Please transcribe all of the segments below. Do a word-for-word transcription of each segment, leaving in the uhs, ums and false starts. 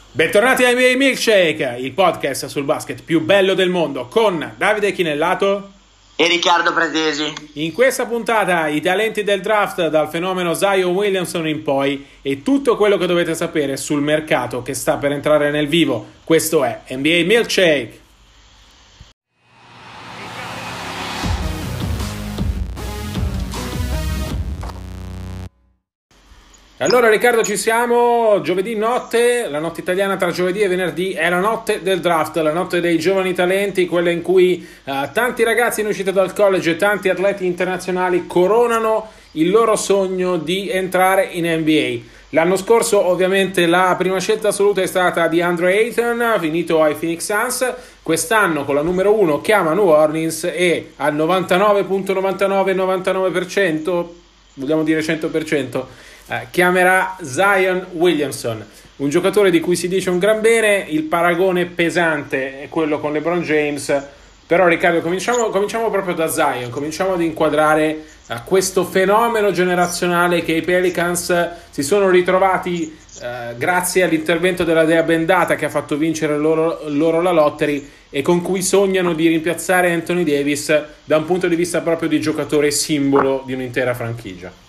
Bentornati a N B A Milkshake, il podcast sul basket più bello del mondo, con Davide Chinellato e Riccardo Pratesi. In questa puntata i talenti del draft dal fenomeno Zion Williamson in poi e tutto quello che dovete sapere sul mercato che sta per entrare nel vivo. Questo è N B A Milkshake. Allora Riccardo, ci siamo, giovedì notte, la notte italiana tra giovedì e venerdì è la notte del draft, la notte dei giovani talenti, quella in cui uh, tanti ragazzi in uscita dal college e tanti atleti internazionali coronano il loro sogno di entrare in N B A. L'anno scorso ovviamente la prima scelta assoluta è stata di DeAndre Ayton, finito ai Phoenix Suns. Quest'anno con la numero uno chiama New Orleans e al novantanove virgola novantanove novantanove per cento, vogliamo dire cento per cento, Uh, chiamerà Zion Williamson, un giocatore di cui si dice un gran bene. Il paragone pesante è quello con LeBron James, però Riccardo cominciamo, cominciamo proprio da Zion, cominciamo ad inquadrare uh, questo fenomeno generazionale che i Pelicans si sono ritrovati uh, grazie all'intervento della Dea Bendata, che ha fatto vincere loro, loro la lottery, e con cui sognano di rimpiazzare Anthony Davis da un punto di vista proprio di giocatore simbolo di un'intera franchigia.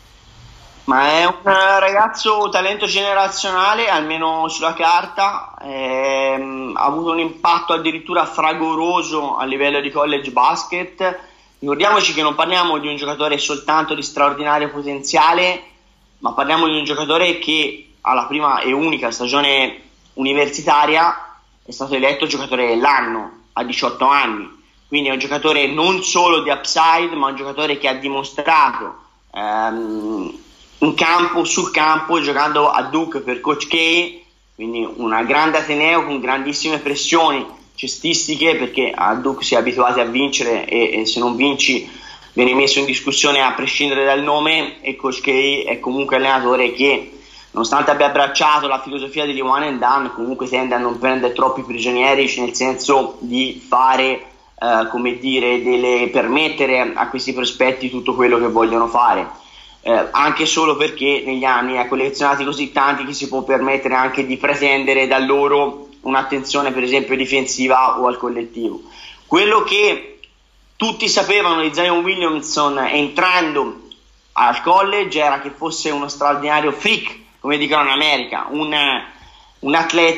Ma è un ragazzo talento generazionale, almeno sulla carta, ehm, ha avuto un impatto addirittura fragoroso a livello di college basket. Ricordiamoci che non parliamo di un giocatore soltanto di straordinario potenziale, ma parliamo di un giocatore che alla prima e unica stagione universitaria è stato eletto giocatore dell'anno a diciotto anni. Quindi è un giocatore non solo di upside, ma un giocatore che ha dimostrato ehm, in campo, sul campo, giocando a Duke per Coach K, quindi una grande ateneo con grandissime pressioni cestistiche, perché a Duke si è abituati a vincere e, e se non vinci viene messo in discussione a prescindere dal nome, e Coach K è comunque un allenatore che, nonostante abbia abbracciato la filosofia degli one and done, comunque tende a non prendere troppi prigionieri, nel senso di fare, eh, come dire, delle, permettere a questi prospetti tutto quello che vogliono fare. Eh, anche solo perché negli anni ha collezionati così tanti che si può permettere anche di pretendere da loro un'attenzione per esempio difensiva o al collettivo. Quello che tutti sapevano di Zion Williamson entrando al college era che fosse uno straordinario freak, come dicono in America, un, un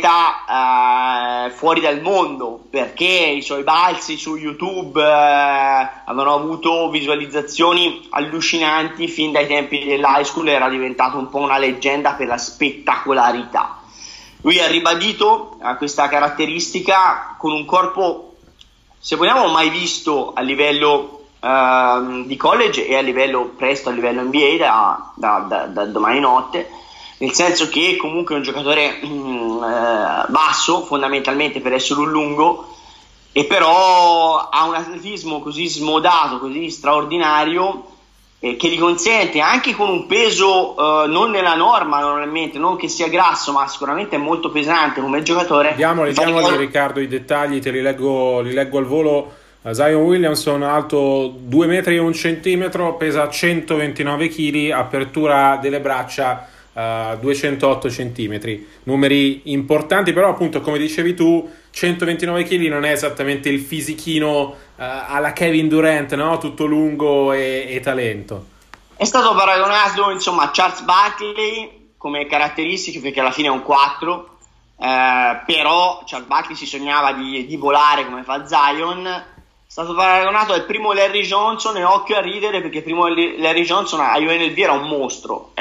atleta eh, fuori dal mondo, perché i suoi balzi su YouTube eh, avevano avuto visualizzazioni allucinanti fin dai tempi dell'high school, era diventato un po' una leggenda per la spettacolarità. Lui ha ribadito eh, questa caratteristica con un corpo, se vogliamo, mai visto a livello eh, di college e a livello presto a livello N B A da, da, da, da domani notte, nel senso che comunque è un giocatore mm, eh, basso fondamentalmente per essere un lungo, e però ha un atletismo così smodato, così straordinario, eh, che gli consente, anche con un peso eh, non nella norma normalmente, non che sia grasso, ma sicuramente è molto pesante come giocatore. Diamoli, diamoli fare... Riccardo i dettagli, te li leggo, li leggo al volo. Zion Williamson, alto due metri e un centimetro, pesa centoventinove chili, apertura delle braccia Uh, duecentootto centimetri, numeri importanti, però appunto come dicevi tu, centoventinove chili non è esattamente il fisichino uh, alla Kevin Durant, no? Tutto lungo e, e talento. È stato paragonato insomma a Charles Barkley come caratteristiche, perché alla fine è un quattro, eh, però Charles Barkley si sognava di, di volare come fa Zion. È stato paragonato al primo Larry Johnson, e occhio a ridere perché il primo Larry Johnson a U N L V era un mostro,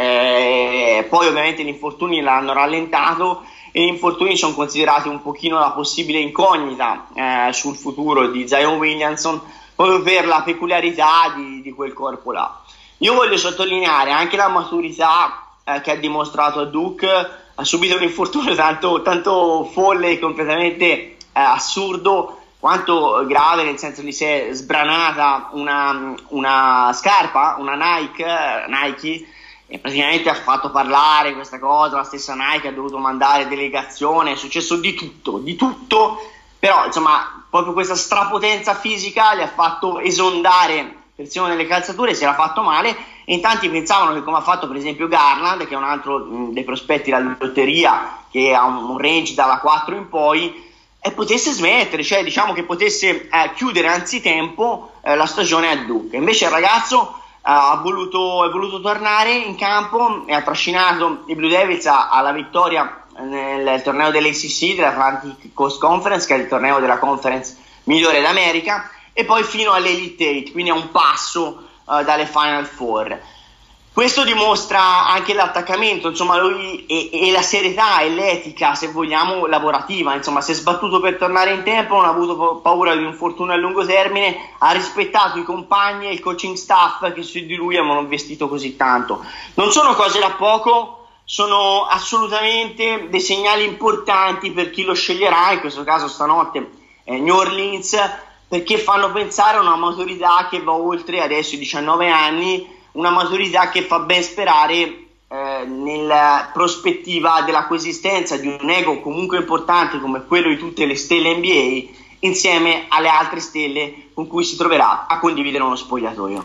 eh, poi ovviamente gli infortuni l'hanno rallentato, e gli infortuni sono considerati un pochino la possibile incognita eh, sul futuro di Zion Williamson, proprio per la peculiarità di, di quel corpo là. Io voglio sottolineare anche la maturità eh, che ha dimostrato a Duke. Ha subito un infortunio tanto, tanto folle e completamente eh, assurdo quanto grave, nel senso che si è sbranata una, una scarpa, una Nike, Nike, e praticamente ha fatto parlare questa cosa. La stessa Nike ha dovuto mandare delegazione, è successo di tutto, di tutto, però insomma proprio questa strapotenza fisica gli ha fatto esondare persino nelle calzature, si era fatto male, e in tanti pensavano che, come ha fatto per esempio Garland, che è un altro mh, dei prospetti della lotteria, che ha un, un range dalla quattro in poi, e potesse smettere, cioè diciamo che potesse eh, chiudere anzitempo eh, la stagione a Duke. Invece il ragazzo eh, ha voluto, è voluto tornare in campo e ha trascinato i Blue Devils alla vittoria nel torneo dell'A C C, dell'Atlantic Coast Conference, che è il torneo della conference migliore d'America, e poi fino all'Elite Eight, quindi a un passo uh, dalle Final Four. Questo dimostra anche l'attaccamento, insomma, lui e, e la serietà e l'etica, se vogliamo, lavorativa. Insomma, si è sbattuto per tornare in tempo, non ha avuto paura di un infortunio a lungo termine, ha rispettato i compagni e il coaching staff che su di lui avevano investito così tanto. Non sono cose da poco, sono assolutamente dei segnali importanti per chi lo sceglierà, in questo caso stanotte eh, New Orleans, perché fanno pensare a una maturità che va oltre adesso i diciannove anni, una maturità che fa ben sperare eh, nella prospettiva della coesistenza di un ego comunque importante come quello di tutte le stelle N B A insieme alle altre stelle con cui si troverà a condividere uno spogliatoio.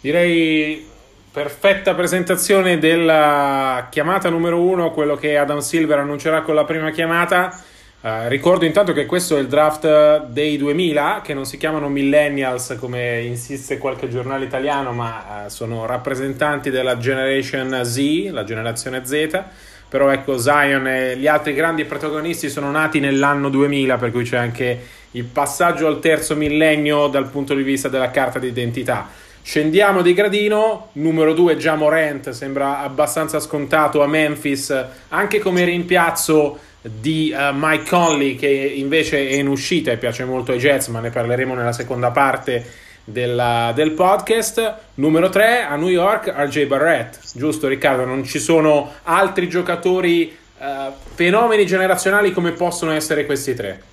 Direi perfetta presentazione della chiamata numero uno, quello che Adam Silver annuncerà con la prima chiamata. Uh, ricordo intanto che questo è il draft dei duemila, che non si chiamano millennials come insiste qualche giornale italiano, ma uh, sono rappresentanti della Generation Z, la generazione Z. Però ecco, Zion e gli altri grandi protagonisti sono nati nell'anno duemila, per cui c'è anche il passaggio al terzo millennio dal punto di vista della carta d'identità. Scendiamo di gradino, numero due Ja Morant, sembra abbastanza scontato a Memphis, anche come rimpiazzo di uh, Mike Conley, che invece è in uscita e piace molto ai Jets, ma ne parleremo nella seconda parte della, del podcast. Numero tre a New York R J Barrett, giusto Riccardo? Non ci sono altri giocatori uh, fenomeni generazionali come possono essere questi tre?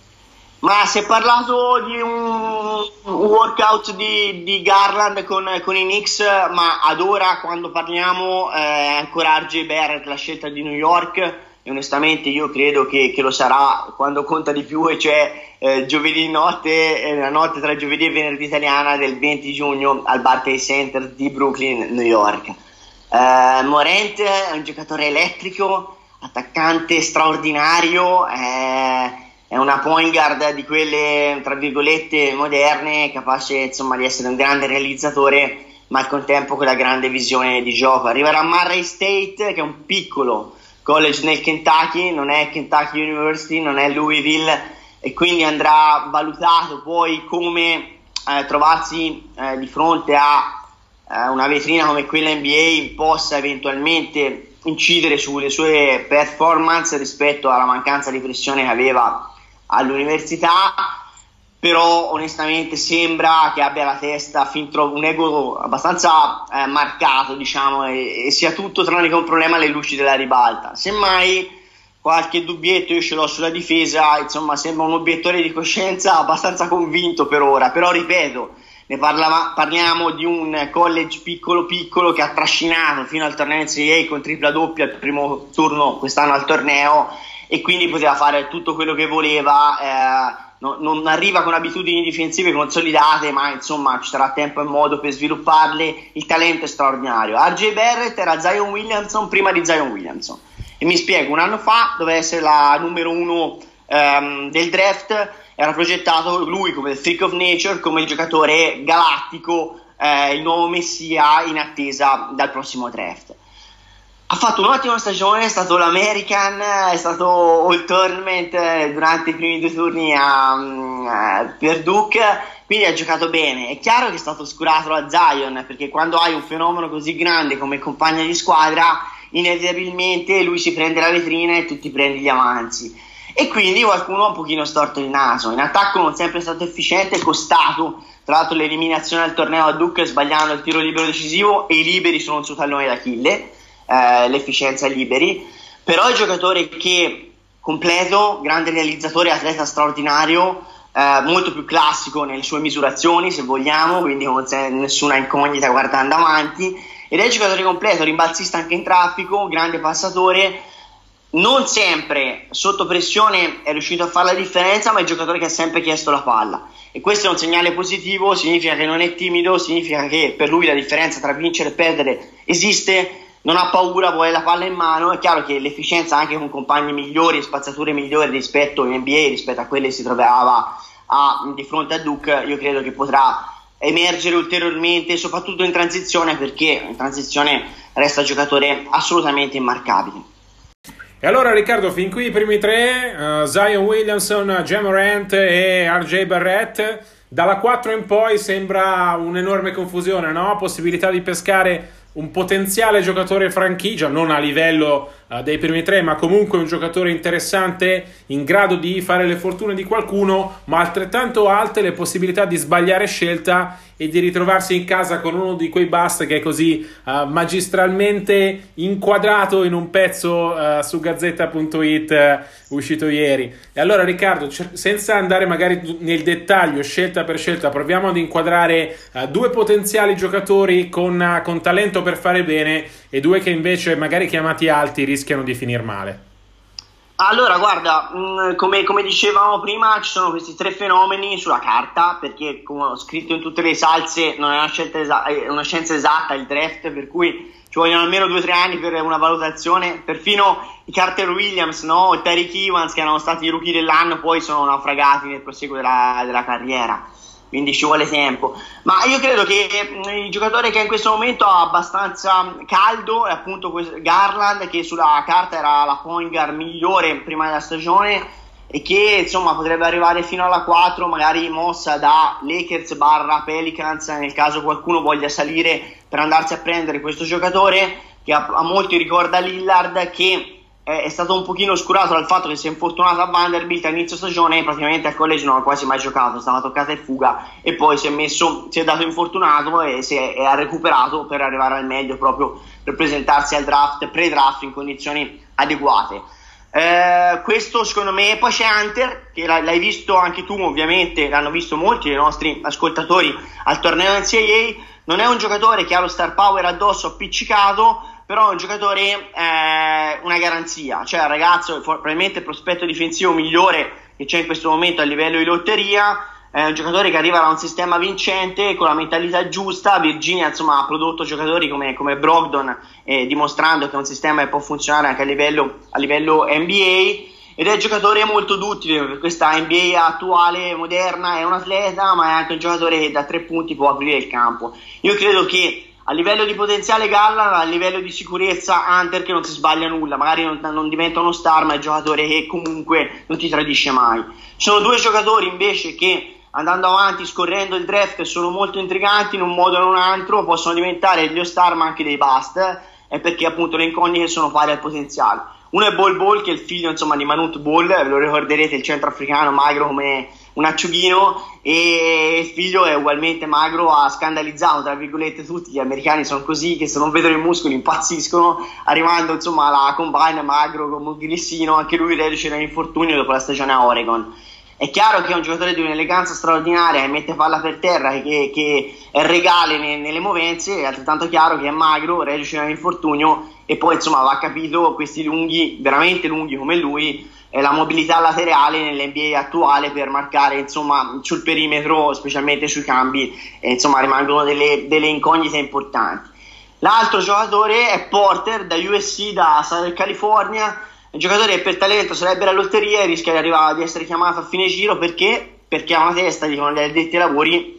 Ma si è parlato di un, un workout di, di Garland con, con i Knicks, ma ad ora, quando parliamo, eh, ancora R J Barrett la scelta di New York, e onestamente io credo che, che lo sarà quando conta di più, e cioè eh, giovedì notte, eh, la notte tra giovedì e venerdì italiana del venti giugno al Barclays Center di Brooklyn, New York. Eh, Morant è un giocatore elettrico, attaccante straordinario, eh, è una point guard di quelle tra virgolette moderne, capace insomma di essere un grande realizzatore, ma al contempo con la grande visione di gioco. Arriverà a Murray State, che è un piccolo college nel Kentucky, non è Kentucky University, non è Louisville, e quindi andrà valutato poi come eh, trovarsi eh, di fronte a eh, una vetrina come quella N B A possa eventualmente incidere sulle sue performance rispetto alla mancanza di pressione che aveva all'università. Però onestamente sembra che abbia la testa fin troppo, un ego abbastanza eh, marcato, diciamo, e, e sia tutto tranne che un problema alle luci della ribalta. Semmai qualche dubbietto io ce l'ho sulla difesa, insomma sembra un obiettore di coscienza abbastanza convinto per ora, però ripeto, ne parla, parliamo di un college piccolo piccolo che ha trascinato fino al torneo N C A A con tripla doppia al primo turno quest'anno al torneo, e quindi poteva fare tutto quello che voleva. eh, No, non arriva con abitudini difensive consolidate, ma insomma ci sarà tempo e modo per svilupparle. Il talento è straordinario. R J Barrett era Zion Williamson prima di Zion Williamson, e mi spiego, un anno fa doveva essere la numero uno um, del draft, era progettato lui come il freak of nature, come il giocatore galattico, eh, il nuovo messia in attesa dal prossimo draft. Ha fatto un'ottima stagione, è stato l'American, è stato all tournament durante i primi due turni a, a, per Duke, quindi ha giocato bene. È chiaro che è stato oscurato da Zion, perché quando hai un fenomeno così grande come compagno di squadra, inevitabilmente lui si prende la vetrina e tu ti prendi gli avanzi. E quindi qualcuno ha un pochino storto il naso. In attacco non sempre è stato efficiente, è costato tra l'altro l'eliminazione al torneo a Duke sbagliando il tiro libero decisivo, e i liberi sono il suo tallone d'Achille. Eh, l'efficienza ai liberi, però è un giocatore che completo, grande realizzatore, atleta straordinario, eh, molto più classico nelle sue misurazioni se vogliamo, quindi con nessuna incognita guardando avanti, ed è un giocatore completo, rimbalzista anche in traffico, grande passatore, non sempre sotto pressione è riuscito a fare la differenza, ma è il giocatore che ha sempre chiesto la palla, e questo è un segnale positivo, significa che non è timido, significa che per lui la differenza tra vincere e perdere esiste, non ha paura, vuole la palla in mano. È chiaro che l'efficienza anche con compagni migliori, spazzature migliori rispetto in N B A, rispetto a quelle che si trovava a, di fronte a Duke, io credo che potrà emergere ulteriormente, soprattutto in transizione, perché in transizione resta giocatore assolutamente immarcabile. E allora Riccardo, fin qui i primi tre, uh, Zion Williamson, Ja Morant e R J Barrett. Dalla quattro in poi sembra un'enorme confusione, no? Possibilità di pescare un potenziale giocatore franchigia, non a livello uh, dei primi tre, ma comunque un giocatore interessante, in grado di fare le fortune di qualcuno, ma altrettanto alte le possibilità di sbagliare scelta e di ritrovarsi in casa con uno di quei bust che è così uh, magistralmente inquadrato in un pezzo uh, su gazzetta punto it uh, uscito ieri. E allora Riccardo, c- senza andare magari nel dettaglio scelta per scelta, proviamo ad inquadrare uh, due potenziali giocatori con, uh, con talento per fare bene e due che invece magari chiamati alti rischiano di finire male. Allora, guarda, mh, come, come dicevamo prima, ci sono questi tre fenomeni sulla carta, perché come ho scritto in tutte le salse non è una, scelta esa- è una scienza esatta il draft, per cui ci vogliono almeno due o tre anni per una valutazione. Perfino i Carter Williams, no? I Tariq Evans, che erano stati i rookie dell'anno, poi sono naufragati nel proseguo della, della carriera, quindi ci vuole tempo. Ma io credo che il giocatore che in questo momento ha abbastanza caldo è appunto Garland, che sulla carta era la point guard migliore prima della stagione e che insomma potrebbe arrivare fino alla quattro, magari mossa da Lakers barra Pelicans nel caso qualcuno voglia salire per andarsi a prendere questo giocatore, che a, a molti ricorda Lillard, che è stato un pochino oscurato dal fatto che si è infortunato a Vanderbilt a inizio stagione e praticamente al college non ha quasi mai giocato, stava toccata e fuga, e poi si è messo, si è dato infortunato e si è, e ha recuperato per arrivare al meglio, proprio per presentarsi al draft, pre-draft in condizioni adeguate. Eh, questo secondo me. Poi c'è Hunter, che l'hai visto anche tu, ovviamente l'hanno visto molti dei nostri ascoltatori al torneo N C A A. Non è un giocatore che ha lo star power addosso appiccicato, però è un giocatore, eh, una garanzia, cioè il ragazzo è probabilmente il prospetto difensivo migliore che c'è in questo momento a livello di lotteria, è un giocatore che arriva da un sistema vincente con la mentalità giusta. Virginia insomma ha prodotto giocatori come, come Brogdon, eh, dimostrando che è un sistema che può funzionare anche a livello, a livello N B A, ed è un giocatore molto duttile per questa N B A attuale, moderna. È un atleta, ma è anche un giocatore che da tre punti può aprire il campo. Io credo che a livello di potenziale Garland, a livello di sicurezza Hunter, che non si sbaglia nulla, magari non, non diventa uno star, ma è un giocatore che comunque non ti tradisce mai. Ci sono due giocatori invece che, andando avanti, scorrendo il draft, sono molto intriganti in un modo o in un altro, possono diventare degli star ma anche dei bust, è perché appunto le incognite sono pari al potenziale. Uno è Bol Bol, che è il figlio insomma di Manute Bol, ve lo ricorderete, il centroafricano magro come un acciughino, e il figlio è ugualmente magro, ha scandalizzato tra virgolette tutti. Gli americani sono così, che se non vedono i muscoli impazziscono, arrivando insomma alla combine magro come un grissino, anche lui reduce da un infortunio dopo la stagione a Oregon. È chiaro che è un giocatore di un'eleganza straordinaria, che mette palla per terra, che, che è regale ne, nelle movenze. È altrettanto chiaro che è magro, reduce da un infortunio, e poi insomma va capito, questi lunghi, veramente lunghi come lui, è la mobilità laterale nell'N B A attuale per marcare insomma sul perimetro, specialmente sui cambi, e insomma rimangono delle, delle incognite importanti. L'altro giocatore è Porter, da U S C, da Southern California, un giocatore che per talento sarebbe la lotteria e rischia di arrivare di essere chiamato a fine giro. Perché? Perché ha una testa, dicono gli addetti ai lavori,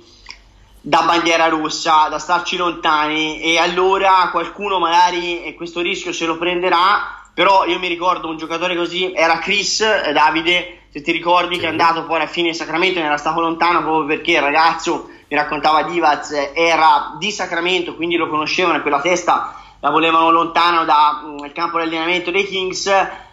da bandiera rossa, da starci lontani, e allora qualcuno magari questo rischio se lo prenderà. Però io mi ricordo un giocatore così, era Chris, eh, Davide, se ti ricordi, sì, che è andato poi alla fine in Sacramento, ne era stato lontano proprio perché il ragazzo, mi raccontava Divac, era di Sacramento, quindi lo conoscevano e quella testa la volevano lontano dal mm, campo di allenamento dei Kings.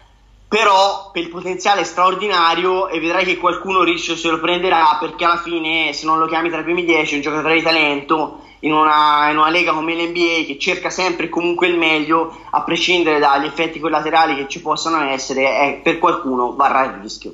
Però per il potenziale straordinario, e vedrai che qualcuno rischio se lo prenderà, perché alla fine se non lo chiami tra i primi dieci, un giocatore di talento in una, in una lega come l'N B A, che cerca sempre comunque il meglio a prescindere dagli effetti collaterali che ci possano essere, è, per qualcuno varrà il rischio.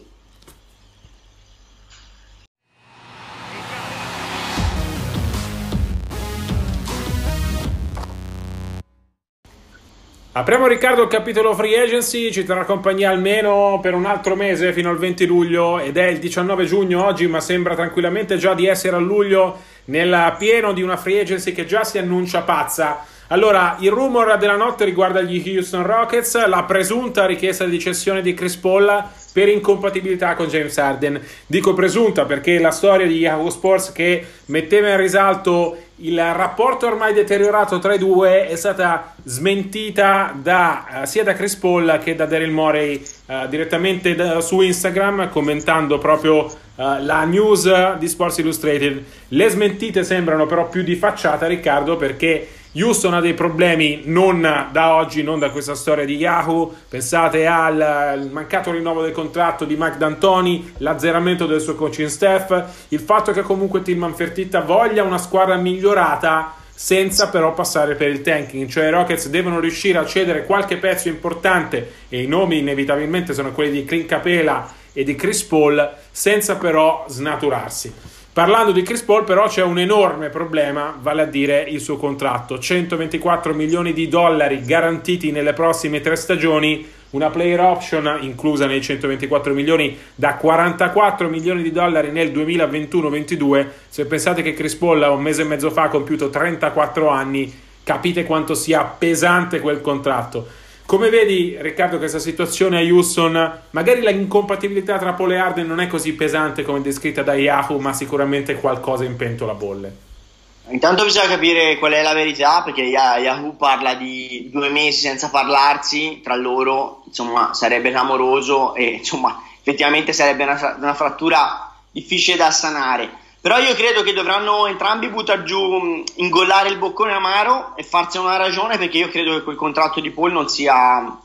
Apriamo, Riccardo, il capitolo free agency, ci terrà compagnia almeno per un altro mese fino al venti luglio ed è il diciannove giugno oggi, ma sembra tranquillamente già di essere a luglio nel pieno di una free agency che già si annuncia pazza. Allora, il rumor della notte riguarda gli Houston Rockets, la presunta richiesta di cessione di Chris Paul per incompatibilità con James Harden. Dico presunta perché la storia di Yahoo Sports, che metteva in risalto il rapporto ormai deteriorato tra i due, è stata smentita da, sia da Chris Paul che da Daryl Morey uh, direttamente da, su Instagram, commentando proprio uh, la news di Sports Illustrated. Le smentite sembrano però più di facciata, Riccardo, perché Houston ha dei problemi non da oggi, non da questa storia di Yahoo. Pensate al, al mancato rinnovo del contratto di Mike D'Antoni, l'azzeramento del suo coaching staff, il fatto che comunque Tillman Fertitta voglia una squadra migliorata senza però passare per il tanking, cioè i Rockets devono riuscire a cedere qualche pezzo importante e i nomi inevitabilmente sono quelli di Clint Capela e di Chris Paul, senza però snaturarsi. Parlando di Chris Paul però c'è un enorme problema, vale a dire il suo contratto, centoventiquattro milioni di dollari garantiti nelle prossime tre stagioni, una player option inclusa nei centoventiquattro milioni da quarantaquattro milioni di dollari nel duemilaventuno ventidue. Se pensate che Chris Paul un mese e mezzo fa ha compiuto trentaquattro anni, capite quanto sia pesante quel contratto. Come vedi, Riccardo, questa situazione a Houston, magari la incompatibilità tra Paul e Harden non è così pesante come descritta da Yahoo, ma sicuramente qualcosa in pentola bolle. Intanto bisogna capire qual è la verità, perché Yahoo parla di due mesi senza parlarsi tra loro, insomma sarebbe clamoroso e insomma effettivamente sarebbe una, una frattura difficile da sanare. Però io credo che dovranno entrambi buttare giù, ingollare il boccone amaro e farsene una ragione, perché io credo che quel contratto di Paul non sia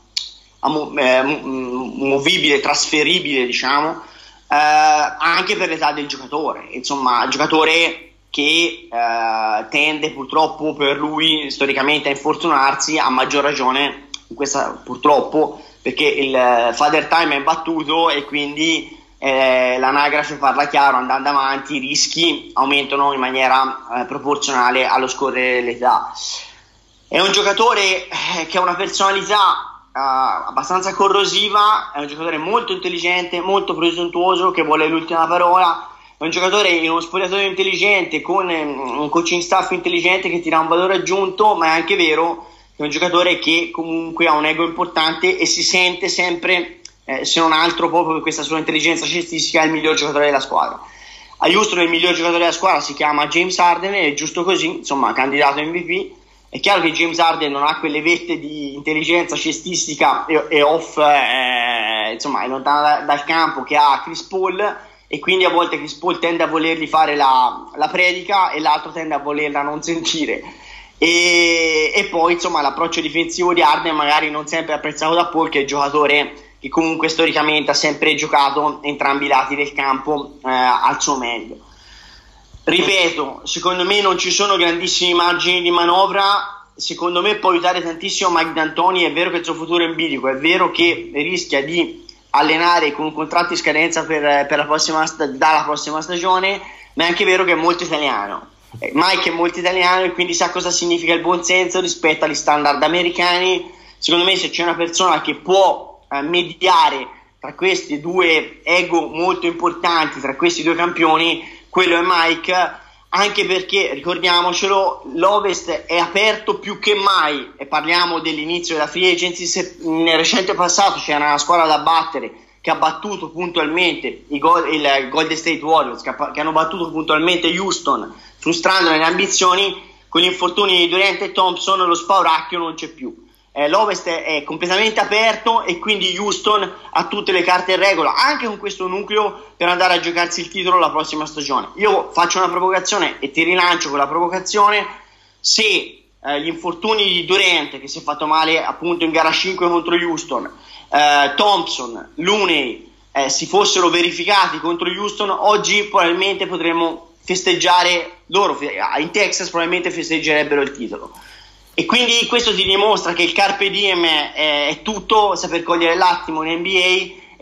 eh, movibile, trasferibile, diciamo, eh, anche per l'età del giocatore. Insomma, il giocatore che eh, tende purtroppo per lui storicamente a infortunarsi, a maggior ragione in questa, purtroppo, perché il father time è battuto e quindi Eh, l'anagrafe parla chiaro: andando avanti i rischi aumentano in maniera eh, proporzionale allo scorrere dell'età. È un giocatore eh, che ha una personalità eh, abbastanza corrosiva, è un giocatore molto intelligente, molto presuntuoso, che vuole l'ultima parola, è un giocatore in uno spogliatoio intelligente con eh, un coaching staff intelligente che ti dà un valore aggiunto, ma è anche vero che è un giocatore che comunque ha un ego importante e si sente sempre, Eh, se non altro proprio per questa sua intelligenza cestistica, è il miglior giocatore della squadra. A Houston il miglior giocatore della squadra si chiama James Harden, è giusto così, insomma, candidato M V P. È chiaro che James Harden non ha quelle vette di intelligenza cestistica e, e off, eh, insomma, è lontano da, dal campo, che ha Chris Paul, e quindi a volte Chris Paul tende a volergli fare la, la predica e l'altro tende a volerla non sentire. E, e poi insomma l'approccio difensivo di Harden magari non sempre apprezzato da Paul, che è il giocatore che comunque storicamente ha sempre giocato entrambi i lati del campo eh, al suo meglio. Ripeto, secondo me non ci sono grandissimi margini di manovra, secondo me può aiutare tantissimo Mike D'Antoni, è vero che il suo futuro è in bilico, è vero che rischia di allenare con un contratto in scadenza per, per la prossima, dalla prossima stagione, ma è anche vero che è molto italiano. Mike è molto italiano e quindi sa cosa significa il buonsenso rispetto agli standard americani. Secondo me se c'è una persona che può mediare tra questi due ego molto importanti, tra questi due campioni, quello è Mike, anche perché ricordiamocelo, l'Ovest è aperto più che mai, e parliamo dell'inizio della free agency. Se nel recente passato c'era una squadra da battere che ha battuto puntualmente i Go- il Golden State Warriors, che, ha, che hanno battuto puntualmente Houston, frustrando le ambizioni, con gli infortuni di Durant e Thompson lo spauracchio non c'è più. Eh, L'Ovest è, è completamente aperto e quindi Houston ha tutte le carte in regola, anche con questo nucleo, per andare a giocarsi il titolo la prossima stagione. Io faccio una provocazione e ti rilancio con la provocazione: se eh, gli infortuni di Durant, che si è fatto male appunto in gara cinque contro Houston, eh, Thompson, Looney eh, si fossero verificati contro Houston, oggi probabilmente potremmo festeggiare loro, in Texas probabilmente festeggerebbero il titolo. E quindi questo ti dimostra che il carpe diem è, è tutto, saper cogliere l'attimo in N B A,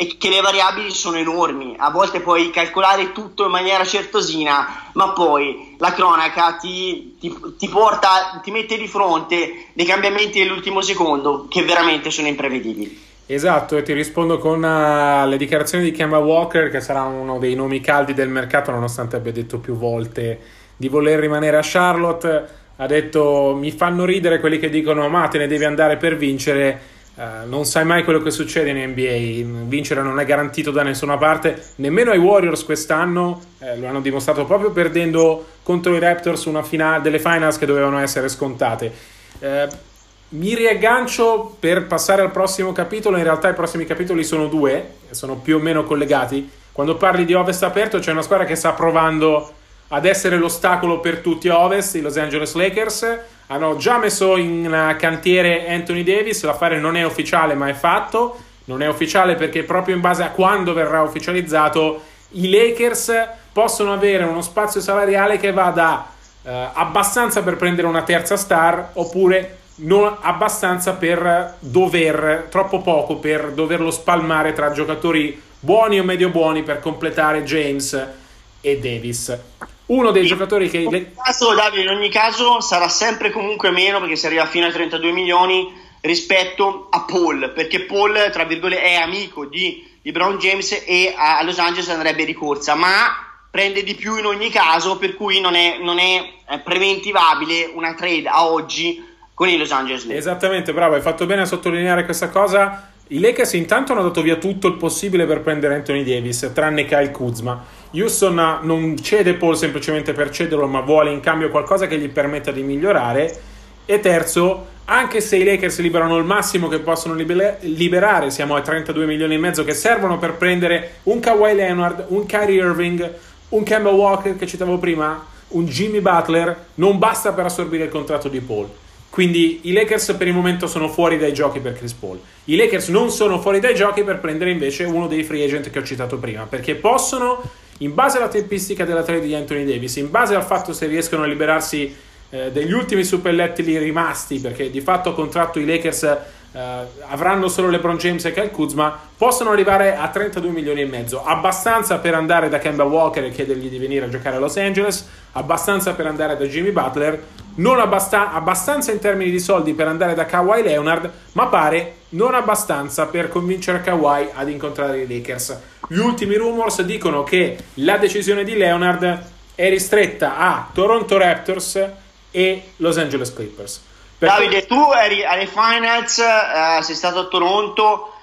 e che le variabili sono enormi. A volte puoi calcolare tutto in maniera certosina, ma poi la cronaca ti, ti, ti porta, ti mette di fronte dei cambiamenti dell'ultimo secondo che veramente sono imprevedibili. Esatto, e ti rispondo con uh, le dichiarazioni di Kemba Walker, che sarà uno dei nomi caldi del mercato, nonostante abbia detto più volte di voler rimanere a Charlotte. Ha detto: mi fanno ridere quelli che dicono ma te ne devi andare per vincere. Uh, non sai mai quello che succede in N B A, vincere non è garantito da nessuna parte, nemmeno ai Warriors quest'anno, eh, lo hanno dimostrato proprio perdendo contro i Raptors una finale delle finals che dovevano essere scontate. Uh, mi riaggancio per passare al prossimo capitolo. In realtà i prossimi capitoli sono due, sono più o meno collegati. Quando parli di Ovest aperto, c'è una squadra che sta provando ad essere l'ostacolo per tutti a Ovest, i Los Angeles Lakers. Hanno già messo in cantiere Anthony Davis, l'affare non è ufficiale ma è fatto. Non è ufficiale perché proprio in base a quando verrà ufficializzato i Lakers possono avere uno spazio salariale che va da eh, abbastanza per prendere una terza star, oppure non abbastanza per dover, troppo poco per doverlo spalmare tra giocatori buoni o medio buoni per completare James e Davis. Uno dei giocatori che... In ogni caso, Davide, in ogni caso sarà sempre comunque meno, perché si arriva fino a trentadue milioni rispetto a Paul, perché Paul, tra virgolette, è amico di LeBron James e a Los Angeles andrebbe di corsa, ma prende di più in ogni caso, per cui non è, non è preventivabile una trade a oggi con i Los Angeles Lakers. Esattamente, bravo, hai fatto bene a sottolineare questa cosa. I Lakers intanto hanno dato via tutto il possibile per prendere Anthony Davis, tranne Kyle Kuzma. Houston non cede Paul semplicemente per cederlo, ma vuole in cambio qualcosa che gli permetta di migliorare. E terzo, anche se i Lakers liberano il massimo che possono liberare, siamo a trentadue milioni e mezzo che servono per prendere un Kawhi Leonard, un Kyrie Irving, un Kemba Walker che citavo prima, un Jimmy Butler, non basta per assorbire il contratto di Paul. Quindi i Lakers per il momento sono fuori dai giochi per Chris Paul. I Lakers non sono fuori dai giochi per prendere invece uno dei free agent che ho citato prima, perché possono, in base alla tempistica della trade di Anthony Davis, in base al fatto se riescono a liberarsi eh, degli ultimi suppellettili rimasti, perché di fatto a contratto i Lakers eh, avranno solo LeBron James e Kyle Kuzma, possono arrivare a trentadue milioni e mezzo, abbastanza per andare da Kemba Walker e chiedergli di venire a giocare a Los Angeles, abbastanza per andare da Jimmy Butler, non abbasta- abbastanza in termini di soldi per andare da Kawhi Leonard, ma pare non abbastanza per convincere Kawhi ad incontrare i Lakers. Gli ultimi rumors dicono che la decisione di Leonard è ristretta a Toronto Raptors e Los Angeles Clippers. Per Davide, tu eri alle finals, eh, sei stato a Toronto,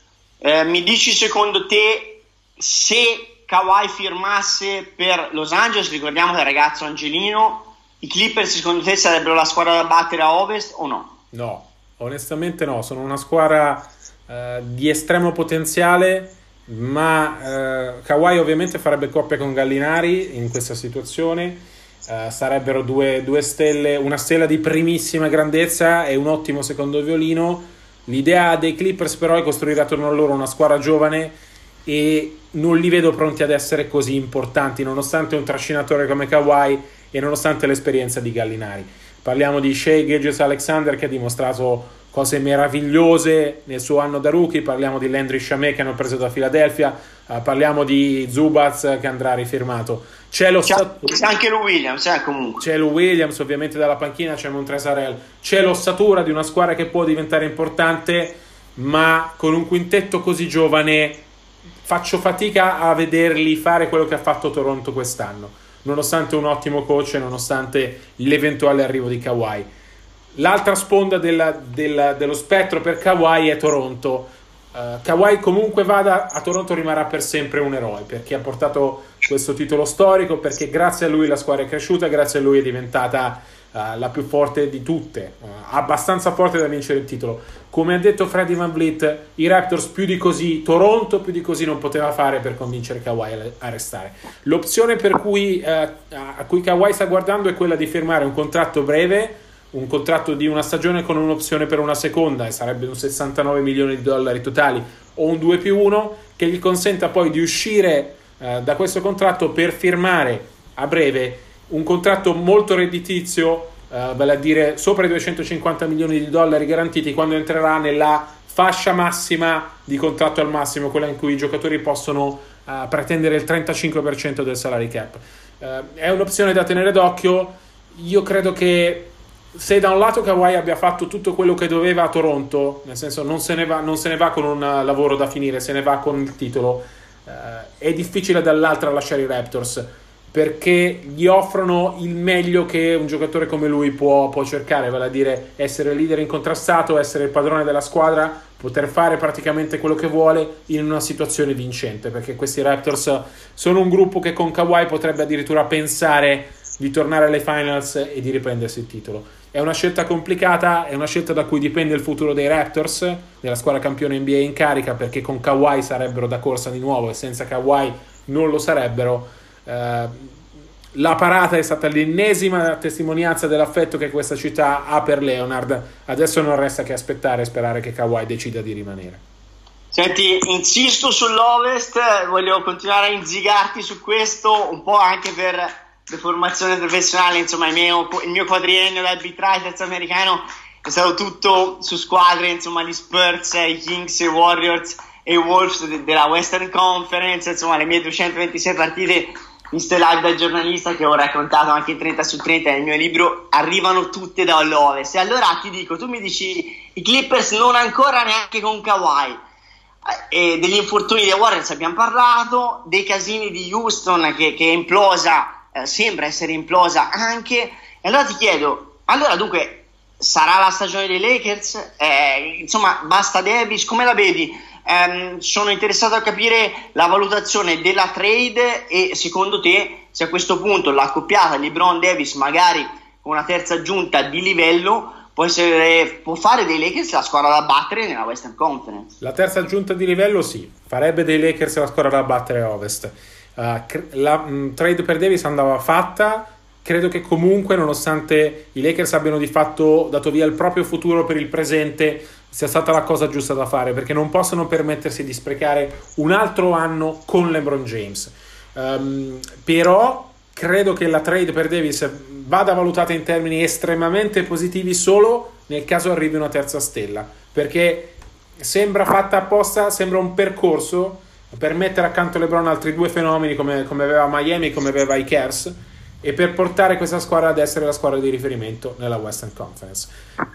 eh, mi dici secondo te se Kawhi firmasse per Los Angeles, ricordiamo che è ragazzo angelino, i Clippers secondo te sarebbero la squadra da battere a Ovest o no? No, onestamente no, sono una squadra eh, di estremo potenziale, ma eh, Kawhi ovviamente farebbe coppia con Gallinari in questa situazione, eh, sarebbero due, due stelle, una stella di primissima grandezza e un ottimo secondo violino. L'idea dei Clippers però è costruire attorno a loro una squadra giovane e non li vedo pronti ad essere così importanti, nonostante un trascinatore come Kawhi e nonostante l'esperienza di Gallinari. Parliamo di Shai Gilgeous-Alexander che ha dimostrato cose meravigliose nel suo anno da rookie, parliamo di Landry Shamet che hanno preso da Philadelphia, uh, parliamo di Zubac che andrà rifirmato. C'è lo c'è, stat- c'è anche Lou Williams, eh, comunque. C'è Lou Williams ovviamente dalla panchina, c'è Montrezl Harrell, c'è l'ossatura di una squadra che può diventare importante, ma con un quintetto così giovane faccio fatica a vederli fare quello che ha fatto Toronto quest'anno, nonostante un ottimo coach e nonostante l'eventuale arrivo di Kawhi. L'altra sponda della, della, dello spettro per Kawhi è Toronto. uh, Kawhi comunque vada, a Toronto rimarrà per sempre un eroe, perché ha portato questo titolo storico, perché grazie a lui la squadra è cresciuta, grazie a lui è diventata uh, la più forte di tutte, uh, abbastanza forte da vincere il titolo. Come ha detto Freddie VanVleet, i Raptors più di così, Toronto più di così non poteva fare per convincere Kawhi a restare. L'opzione per cui, uh, a cui Kawhi sta guardando è quella di firmare un contratto breve, un contratto di una stagione con un'opzione per una seconda, e sarebbe un sessantanove milioni di dollari totali, o un due più uno, che gli consenta poi di uscire uh, da questo contratto per firmare a breve un contratto molto redditizio, uh, vale a dire sopra i duecentocinquanta milioni di dollari garantiti, quando entrerà nella fascia massima di contratto al massimo, quella in cui i giocatori possono uh, pretendere il trentacinque per cento del salary cap. Uh, è un'opzione da tenere d'occhio. Io credo che se da un lato Kawhi abbia fatto tutto quello che doveva a Toronto, nel senso non se ne va, non se ne va con un lavoro da finire, se ne va con il titolo, uh, è difficile dall'altra lasciare i Raptors, perché gli offrono il meglio che un giocatore come lui può, può cercare, vale a dire essere leader incontrastato, essere il padrone della squadra, poter fare praticamente quello che vuole in una situazione vincente, perché questi Raptors sono un gruppo che con Kawhi potrebbe addirittura pensare di tornare alle finals e di riprendersi il titolo. È una scelta complicata, è una scelta da cui dipende il futuro dei Raptors, della squadra campione N B A in carica, perché con Kawhi sarebbero da corsa di nuovo e senza Kawhi non lo sarebbero. Uh, la parata è stata l'ennesima testimonianza dell'affetto che questa città ha per Leonard. Adesso non resta che aspettare e sperare che Kawhi decida di rimanere. Senti, insisto sull'Ovest, voglio continuare a inzigarti su questo, un po' anche per la formazione professionale. Insomma, il mio, il mio quadriennio da arbitrator americano è stato tutto su squadre, insomma, gli Spurs, i Kings, i Warriors e i Wolves de- della Western Conference. Insomma, le mie duecentoventisei partite viste live da giornalista, che ho raccontato anche in trenta su trenta nel mio libro, arrivano tutte dall'Ovest. E allora ti dico, tu mi dici i Clippers non ancora neanche con Kawhi, e degli infortuni dei Warriors abbiamo parlato, dei casini di Houston che, che è implosa, eh, sembra essere implosa anche. E allora ti chiedo, allora dunque sarà la stagione dei Lakers? Eh, insomma, basta Davis, come la vedi? Um, sono interessato a capire la valutazione della trade e secondo te se a questo punto l'accoppiata LeBron Davis magari con una terza aggiunta di livello può, essere, può fare dei Lakers la squadra da battere nella Western Conference. La terza aggiunta di livello sì, farebbe dei Lakers la squadra da battere a Ovest. Uh, la mh, trade per Davis andava fatta. Credo che comunque, nonostante i Lakers abbiano di fatto dato via il proprio futuro per il presente, sia stata la cosa giusta da fare, perché non possono permettersi di sprecare un altro anno con LeBron James. Um, però credo che la trade per Davis vada valutata in termini estremamente positivi solo nel caso arrivi una terza stella, perché sembra fatta apposta, sembra un percorso per mettere accanto a LeBron altri due fenomeni come, come aveva Miami, come aveva i Cavs, e per portare questa squadra ad essere la squadra di riferimento nella Western Conference.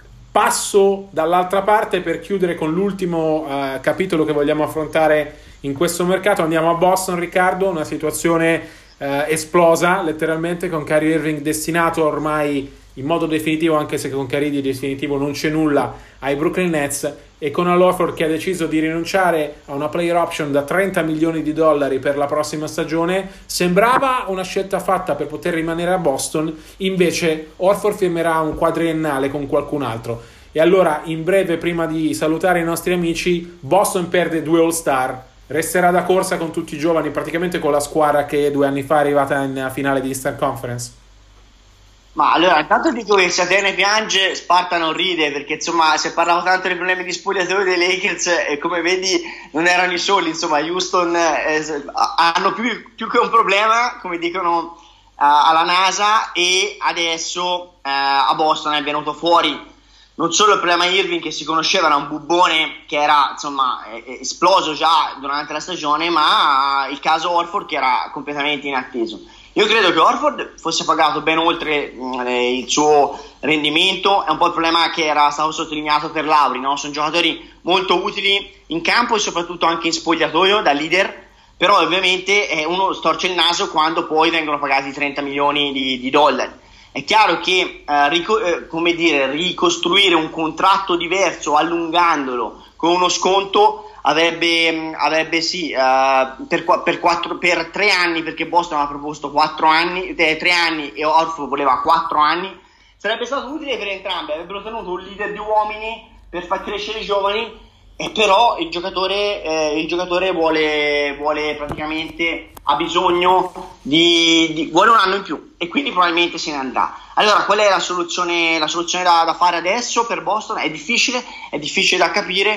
Passo dall'altra parte per chiudere con l'ultimo uh, capitolo che vogliamo affrontare in questo mercato. Andiamo a Boston, Riccardo, una situazione uh, esplosa letteralmente, con Kyrie Irving destinato ormai in modo definitivo, anche se con Kyrie di definitivo non c'è nulla, ai Brooklyn Nets, e con Al Horford che ha deciso di rinunciare a una player option da trenta milioni di dollari per la prossima stagione. Sembrava una scelta fatta per poter rimanere a Boston, invece Horford firmerà un quadriennale con qualcun altro. E allora, in breve, prima di salutare i nostri amici, Boston perde due All-Star, resterà da corsa con tutti i giovani, praticamente con la squadra che due anni fa è arrivata in finale di Eastern Conference. Ma allora, intanto dico che se Atene piange, Sparta non ride, perché insomma si è parlato tanto dei problemi di spogliatoio dei Lakers e come vedi non erano i soli. Insomma, Houston eh, hanno più, più che un problema, come dicono uh, alla NASA, e adesso uh, a Boston è venuto fuori non solo il problema Irving, che si conosceva, era un bubbone che era insomma esploso già durante la stagione, ma il caso Horford che era completamente inatteso. Io credo che Horford fosse pagato ben oltre mh, il suo rendimento. È un po' il problema che era stato sottolineato per Lauri, no? Sono giocatori molto utili in campo e soprattutto anche in spogliatoio da leader, però ovviamente eh, uno storce il naso quando poi vengono pagati trenta milioni di, di dollari. È chiaro che eh, rico- eh, come dire, ricostruire un contratto diverso allungandolo con uno sconto avrebbe, avrebbe sì uh, per, per, quattro, per tre anni, perché Boston aveva proposto quattro anni, eh, tre anni e Horford voleva quattro anni, sarebbe stato utile per entrambi, avrebbero tenuto un leader di uomini per far crescere i giovani, e però il giocatore, eh, il giocatore vuole, vuole praticamente, ha bisogno di, di vuole un anno in più e quindi probabilmente se ne andrà. Allora, qual è la soluzione, la soluzione da, da fare adesso per Boston? È difficile, è difficile da capire.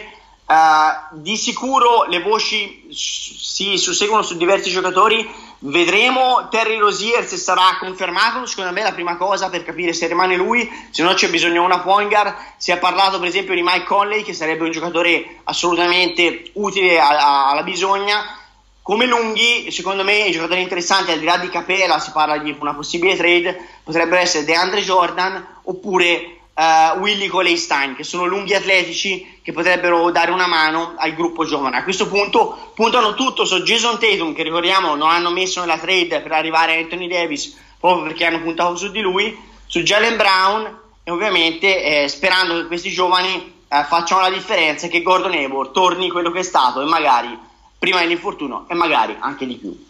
Uh, di sicuro le voci si susseguono su diversi giocatori. Vedremo Terry Rozier se sarà confermato. Secondo me è la prima cosa per capire se rimane lui, se no c'è bisogno di una point guard. Si è parlato per esempio di Mike Conley, che sarebbe un giocatore assolutamente utile a, a, alla bisogna. Come lunghi, secondo me i giocatori interessanti, al di là di Capela, si parla di una possibile trade, potrebbero essere DeAndre Jordan oppure Uh, Willie Cauley-Stein, che sono lunghi atletici che potrebbero dare una mano al gruppo giovane. A questo punto puntano tutto su Jason Tatum, che ricordiamo non hanno messo nella trade per arrivare a Anthony Davis proprio perché hanno puntato su di lui, su Jaylen Brown, e ovviamente eh, sperando che questi giovani eh, facciano la differenza e che Gordon Hayward torni quello che è stato, e magari prima dell'infortunio e magari anche di più.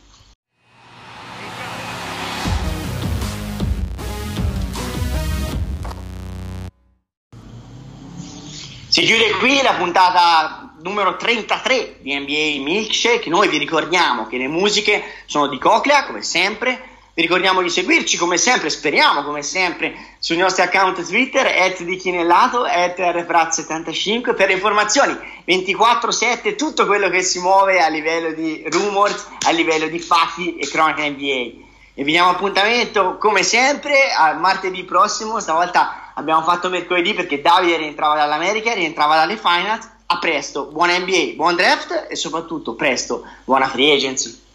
Si chiude qui la puntata numero trentatré di N B A Milkshake. Noi vi ricordiamo che le musiche sono di Coclea, come sempre. Vi ricordiamo di seguirci, come sempre, speriamo, come sempre, sui nostri account Twitter, at di Chinellato, at R F R A Z settantacinque, per le informazioni ventiquattro sette, tutto quello che si muove a livello di rumors, a livello di fatti e cronache N B A. E vi diamo appuntamento, come sempre, a martedì prossimo. Stavolta abbiamo fatto mercoledì perché Davide rientrava dall'America, rientrava dalle finals. A presto, buona N B A, buon draft e soprattutto presto, buona free agency.